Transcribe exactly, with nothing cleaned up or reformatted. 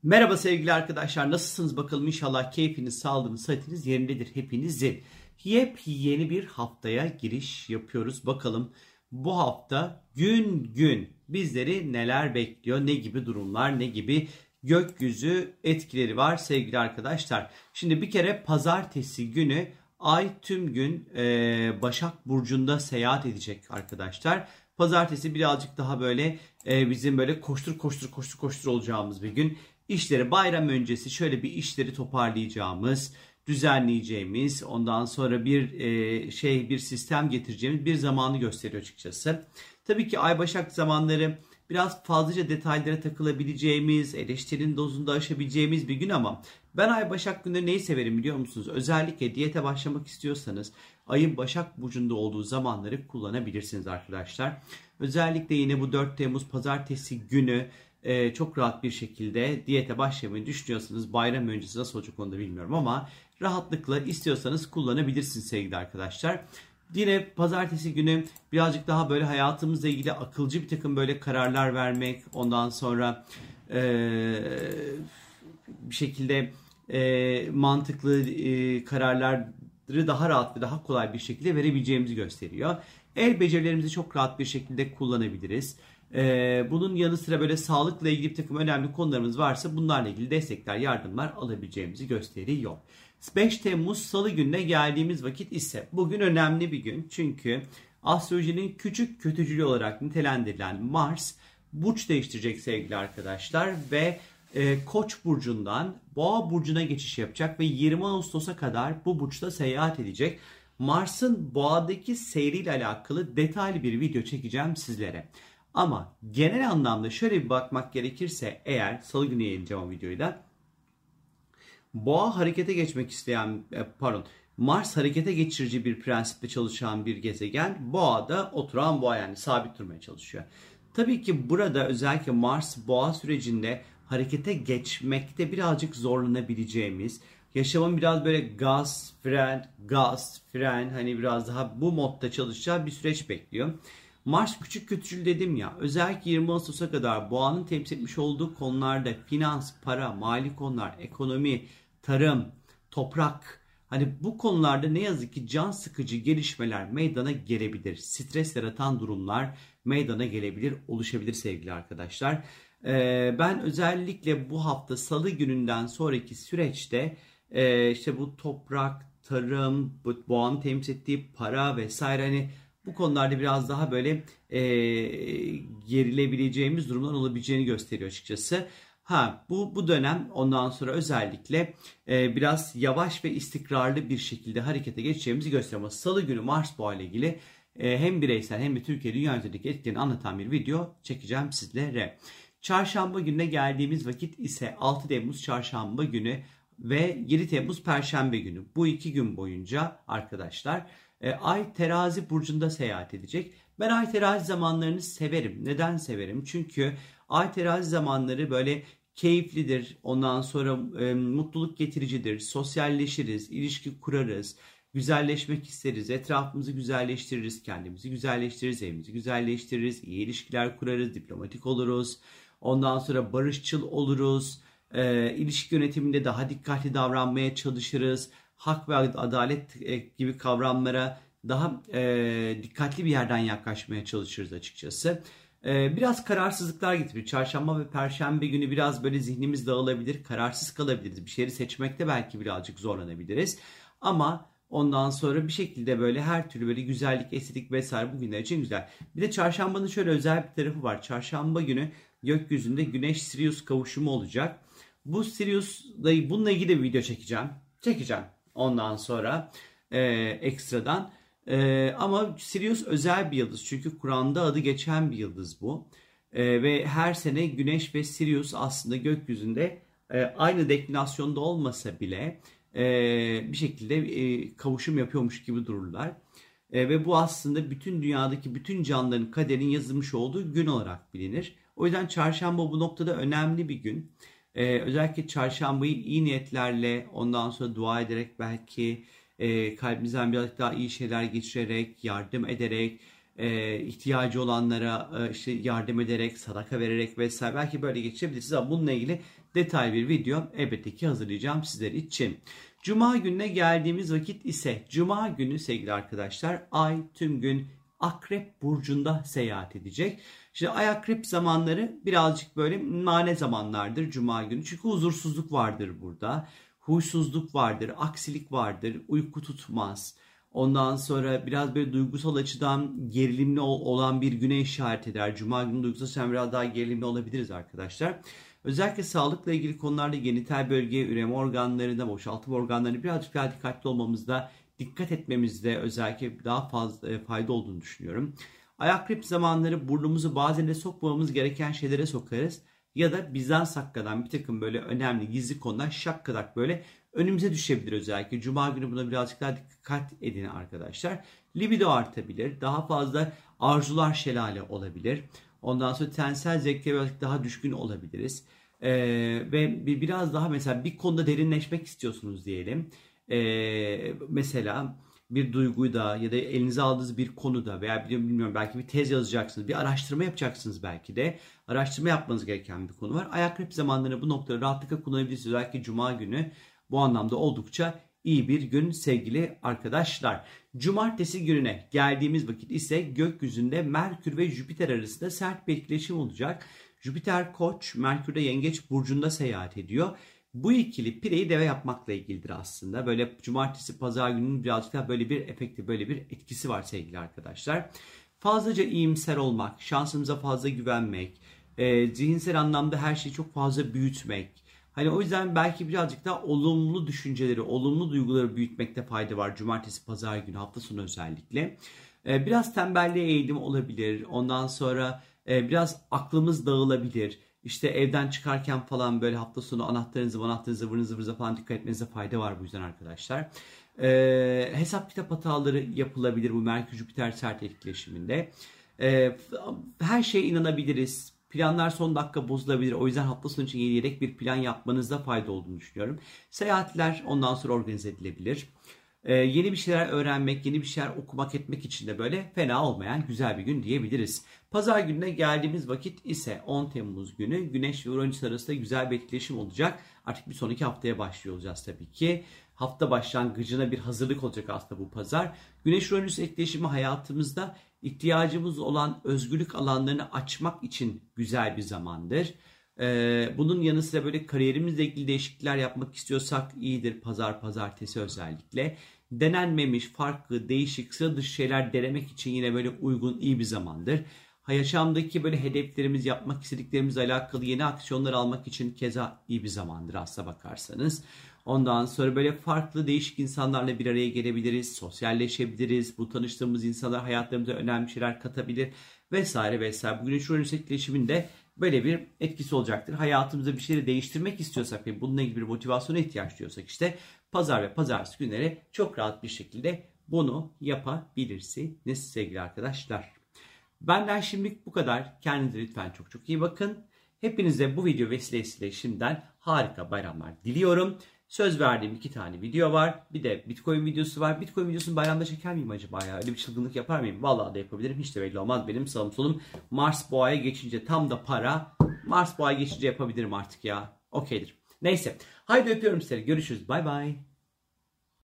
Merhaba sevgili arkadaşlar, nasılsınız bakalım? İnşallah keyfiniz, sağlığınız, sıhhatiniz yerindedir hepinizin. Yepyeni bir haftaya giriş yapıyoruz. Bakalım bu hafta gün gün bizleri neler bekliyor, ne gibi durumlar, ne gibi gökyüzü etkileri var sevgili arkadaşlar. Şimdi bir kere pazartesi günü Ay tüm gün e, Başak Burcu'nda seyahat edecek arkadaşlar. Pazartesi birazcık daha böyle e, bizim böyle koştur koştur koştur koştur olacağımız bir gün. İşleri bayram öncesi şöyle bir işleri toparlayacağımız, düzenleyeceğimiz, ondan sonra bir e, şey bir sistem getireceğimiz bir zamanı gösteriyor açıkçası. Tabii ki Ay Başak zamanları biraz fazlaca detaylara takılabileceğimiz, eleştirinin dozunda aşabileceğimiz bir gün ama ben Ay Başak günde neyi severim biliyor musunuz? Özellikle diyete başlamak istiyorsanız Ayın Başak Burcu'nda olduğu zamanları kullanabilirsiniz arkadaşlar. Özellikle yine bu dört Temmuz Pazartesi günü Ee, çok rahat bir şekilde diyete başlamayı düşünüyorsanız bayram öncesi nasıl olacak onu da bilmiyorum ama rahatlıkla istiyorsanız kullanabilirsiniz sevgili arkadaşlar. Yine pazartesi günü birazcık daha böyle hayatımızla ilgili akılcı bir takım böyle kararlar vermek, ondan sonra ee, bir şekilde e, mantıklı e, kararları daha rahat ve daha kolay bir şekilde verebileceğimizi gösteriyor. El becerilerimizi çok rahat bir şekilde kullanabiliriz. Ee, bunun yanı sıra böyle sağlıkla ilgili bir takım önemli konularımız varsa bunlarla ilgili destekler, yardımlar alabileceğimizi gösteriyor. beş Temmuz Salı gününe geldiğimiz vakit ise bugün önemli bir gün. Çünkü astrolojinin küçük kötücülü olarak nitelendirilen Mars burç değiştirecek sevgili arkadaşlar ve e, Koç burcundan Boğa burcuna geçiş yapacak ve yirmi Ağustos'a kadar bu burçta seyahat edecek. Mars'ın Boğa'daki seyriyle alakalı detaylı bir video çekeceğim sizlere. Ama genel anlamda şöyle bir bakmak gerekirse eğer salı günü yayınlayacağım o videoyu da Boğa harekete geçmek isteyen pardon Mars harekete geçirici bir prensiple çalışan bir gezegen. Boğa'da oturan boğa yani sabit durmaya çalışıyor. Tabii ki burada özellikle Mars Boğa sürecinde harekete geçmekte birazcık zorlanabileceğimiz, yaşamın biraz böyle gaz, fren, gaz, fren hani biraz daha bu modda çalışacağı bir süreç bekliyor. Mars küçük kötücül dedim ya, özellikle yirmi Ağustos'a kadar Boğa'nın temsil etmiş olduğu konularda finans, para, mali konular, ekonomi, tarım, toprak, hani bu konularda ne yazık ki can sıkıcı gelişmeler meydana gelebilir. Stres yaratan durumlar meydana gelebilir, oluşabilir sevgili arkadaşlar. Ee, ben özellikle bu hafta Salı gününden sonraki süreçte e, işte bu toprak, tarım, bu Boğa'nın temsil ettiği para vesaire hani bu konularda biraz daha böyle e, gerilebileceğimiz durumlar olabileceğini gösteriyor açıkçası. Ha bu bu dönem ondan sonra özellikle e, biraz yavaş ve istikrarlı bir şekilde harekete geçeceğimizi gösteriyor. Salı günü Mars Boğa ile ilgili e, hem bireysel hem de Türkiye dünya üzerindeki etkilerini anlatan bir video çekeceğim sizlere. Çarşamba gününe geldiğimiz vakit ise altı Temmuz Çarşamba günü ve yedi Temmuz Perşembe günü. Bu iki gün boyunca arkadaşlar Ay Terazi burcunda seyahat edecek. Ben Ay Terazi zamanlarını severim. Neden severim? Çünkü Ay Terazi zamanları böyle keyiflidir. Ondan sonra e, mutluluk getiricidir. Sosyalleşiriz, ilişki kurarız, güzelleşmek isteriz, etrafımızı güzelleştiririz, kendimizi güzelleştiririz, evimizi güzelleştiririz, iyi ilişkiler kurarız, diplomatik oluruz. Ondan sonra barışçıl oluruz. E, ilişki yönetiminde daha dikkatli davranmaya çalışırız. Hak ve adalet gibi kavramlara daha e, dikkatli bir yerden yaklaşmaya çalışırız açıkçası. E, biraz kararsızlıklar getirir. Çarşamba ve Perşembe günü biraz böyle zihnimiz dağılabilir, kararsız kalabiliriz. Bir şeyleri seçmekte belki birazcık zorlanabiliriz. Ama ondan sonra bir şekilde böyle her türlü böyle güzellik, estetik vesaire bugünler için güzel. Bir de çarşambanın şöyle özel bir tarafı var. Çarşamba günü gökyüzünde Güneş-Sirius kavuşumu olacak. Bu Sirius'la bununla ilgili bir video çekeceğim. Çekeceğim. Ondan sonra e, ekstradan e, ama Sirius özel bir yıldız çünkü Kur'an'da adı geçen bir yıldız bu e, ve her sene Güneş ve Sirius aslında gökyüzünde e, aynı deklinasyonda olmasa bile e, bir şekilde e, kavuşum yapıyormuş gibi dururlar e, ve bu aslında bütün dünyadaki bütün canlıların kaderinin yazılmış olduğu gün olarak bilinir. O yüzden çarşamba bu noktada önemli bir gün. Ee, özellikle çarşambayı iyi niyetlerle ondan sonra dua ederek belki e, kalbimizden birazcık daha iyi şeyler geçirerek, yardım ederek e, ihtiyacı olanlara e, işte yardım ederek, sadaka vererek vesaire belki böyle geçirebilirsiniz ama bununla ilgili detaylı bir video elbette ki hazırlayacağım sizler için. Cuma gününe geldiğimiz vakit ise Cuma günü sevgili arkadaşlar ay tüm gün Akrep burcunda seyahat edecek. İşte ay akrep zamanları birazcık böyle mane zamanlardır Cuma günü. Çünkü huzursuzluk vardır burada. Huysuzluk vardır, aksilik vardır, uyku tutmaz. Ondan sonra biraz böyle duygusal açıdan gerilimli olan bir güne işaret eder. Cuma günü duygusal açıdan biraz daha gerilimli olabiliriz arkadaşlar. Özellikle sağlıkla ilgili konularda genital bölge, üreme organlarında, boşaltım organlarında birazcık daha dikkatli olmamızda, dikkat etmemizde özellikle daha fazla fayda olduğunu düşünüyorum. Ay akrep zamanları burnumuzu bazen de sokmamamız gereken şeylere sokarız. Ya da bizden saklanan bir takım böyle önemli gizli konular şakkadak böyle önümüze düşebilir özellikle. Cuma günü buna birazcık daha dikkat edin arkadaşlar. Libido artabilir. Daha fazla arzular şelale olabilir. Ondan sonra tensel zevklere birazcık daha düşkün olabiliriz. Ee, ve biraz daha mesela bir konuda derinleşmek istiyorsunuz diyelim. Ee, mesela bir duyguyda ya da elinize aldığınız bir konuda veya bilmiyorum belki bir tez yazacaksınız, bir araştırma yapacaksınız belki de. Araştırma yapmanız gereken bir konu var. Ay akrep zamanlarını bu noktada rahatlıkla kullanabilirsiniz. Özellikle Cuma günü bu anlamda oldukça iyi bir gün sevgili arkadaşlar. Cumartesi gününe geldiğimiz vakit ise gökyüzünde Merkür ve Jüpiter arasında sert bir etkileşim olacak. Jüpiter Koç, Merkür de Yengeç burcunda seyahat ediyor. Bu ikili pireyi deve yapmakla ilgilidir aslında. Böyle cumartesi pazar gününün birazcık daha böyle bir efekti, böyle bir etkisi var sevgili arkadaşlar. Fazlaca iyimser olmak, şansımıza fazla güvenmek, e, zihinsel anlamda her şeyi çok fazla büyütmek. Hani o yüzden belki birazcık daha olumlu düşünceleri, olumlu duyguları büyütmekte fayda var cumartesi pazar günü, hafta sonu özellikle. E, biraz tembelliğe eğilim olabilir. Ondan sonra e, biraz aklımız dağılabilir. İşte evden çıkarken falan böyle hafta sonu anahtarınızı, anahtarınızı, zıvırınızı, zıvırınıza falan dikkat etmenize fayda var bu yüzden arkadaşlar. Ee, hesap kitap hataları yapılabilir bu Merkür Jüpiter sert etkileşiminde. Ee, her şeye inanabiliriz. Planlar son dakika bozulabilir. O yüzden hafta sonu için yedek bir plan yapmanızda fayda olduğunu düşünüyorum. Seyahatler ondan sonra organize edilebilir. Ee, yeni bir şeyler öğrenmek, yeni bir şeyler okumak etmek için de böyle fena olmayan güzel bir gün diyebiliriz. Pazar gününe geldiğimiz vakit ise on Temmuz günü Güneş ve Uranüs arasında güzel bir etkileşim olacak. Artık bir sonraki haftaya başlıyor olacağız tabii ki. Hafta başlangıcına bir hazırlık olacak aslında bu pazar. Güneş-Uranüs etkileşimi hayatımızda ihtiyacımız olan özgürlük alanlarını açmak için güzel bir zamandır. Ee, bunun yanı sıra böyle kariyerimizle ilgili değişiklikler yapmak istiyorsak iyidir pazar pazartesi özellikle. Denenmemiş, farklı, değişik, sıra dışı şeyler denemek için yine böyle uygun, iyi bir zamandır. Yaşamdaki böyle hedeflerimiz, yapmak istediklerimizle alakalı yeni aksiyonlar almak için keza iyi bir zamandır aslına bakarsanız. Ondan sonra böyle farklı, değişik insanlarla bir araya gelebiliriz, sosyalleşebiliriz. Bu tanıştığımız insanlar hayatlarımıza önemli şeyler katabilir vesaire vesaire. Bu Güneş-Uranüs etkileşiminde böyle bir etkisi olacaktır. Hayatımızda bir şeyleri değiştirmek istiyorsak ve bununla ilgili bir motivasyona ihtiyaç duyuyorsak işte pazar ve pazartesi günleri çok rahat bir şekilde bunu yapabilirsiniz sevgili arkadaşlar. Benden şimdilik bu kadar. Kendinize lütfen çok çok iyi bakın. Hepinize bu video vesilesiyle şimdiden harika bayramlar diliyorum. Söz verdiğim iki tane video var. Bir de Bitcoin videosu var. Bitcoin videosunu bayramda çeker miyim acaba ya? Öyle bir çılgınlık yapar mıyım? Vallahi da yapabilirim. Hiç de belli olmaz. Benim sağım solum Mars Boğa'ya geçince tam da para. Mars Boğa'ya geçince yapabilirim artık ya. Okeydir. Neyse. Haydi öpüyorum sizleri. Görüşürüz. Bay bay.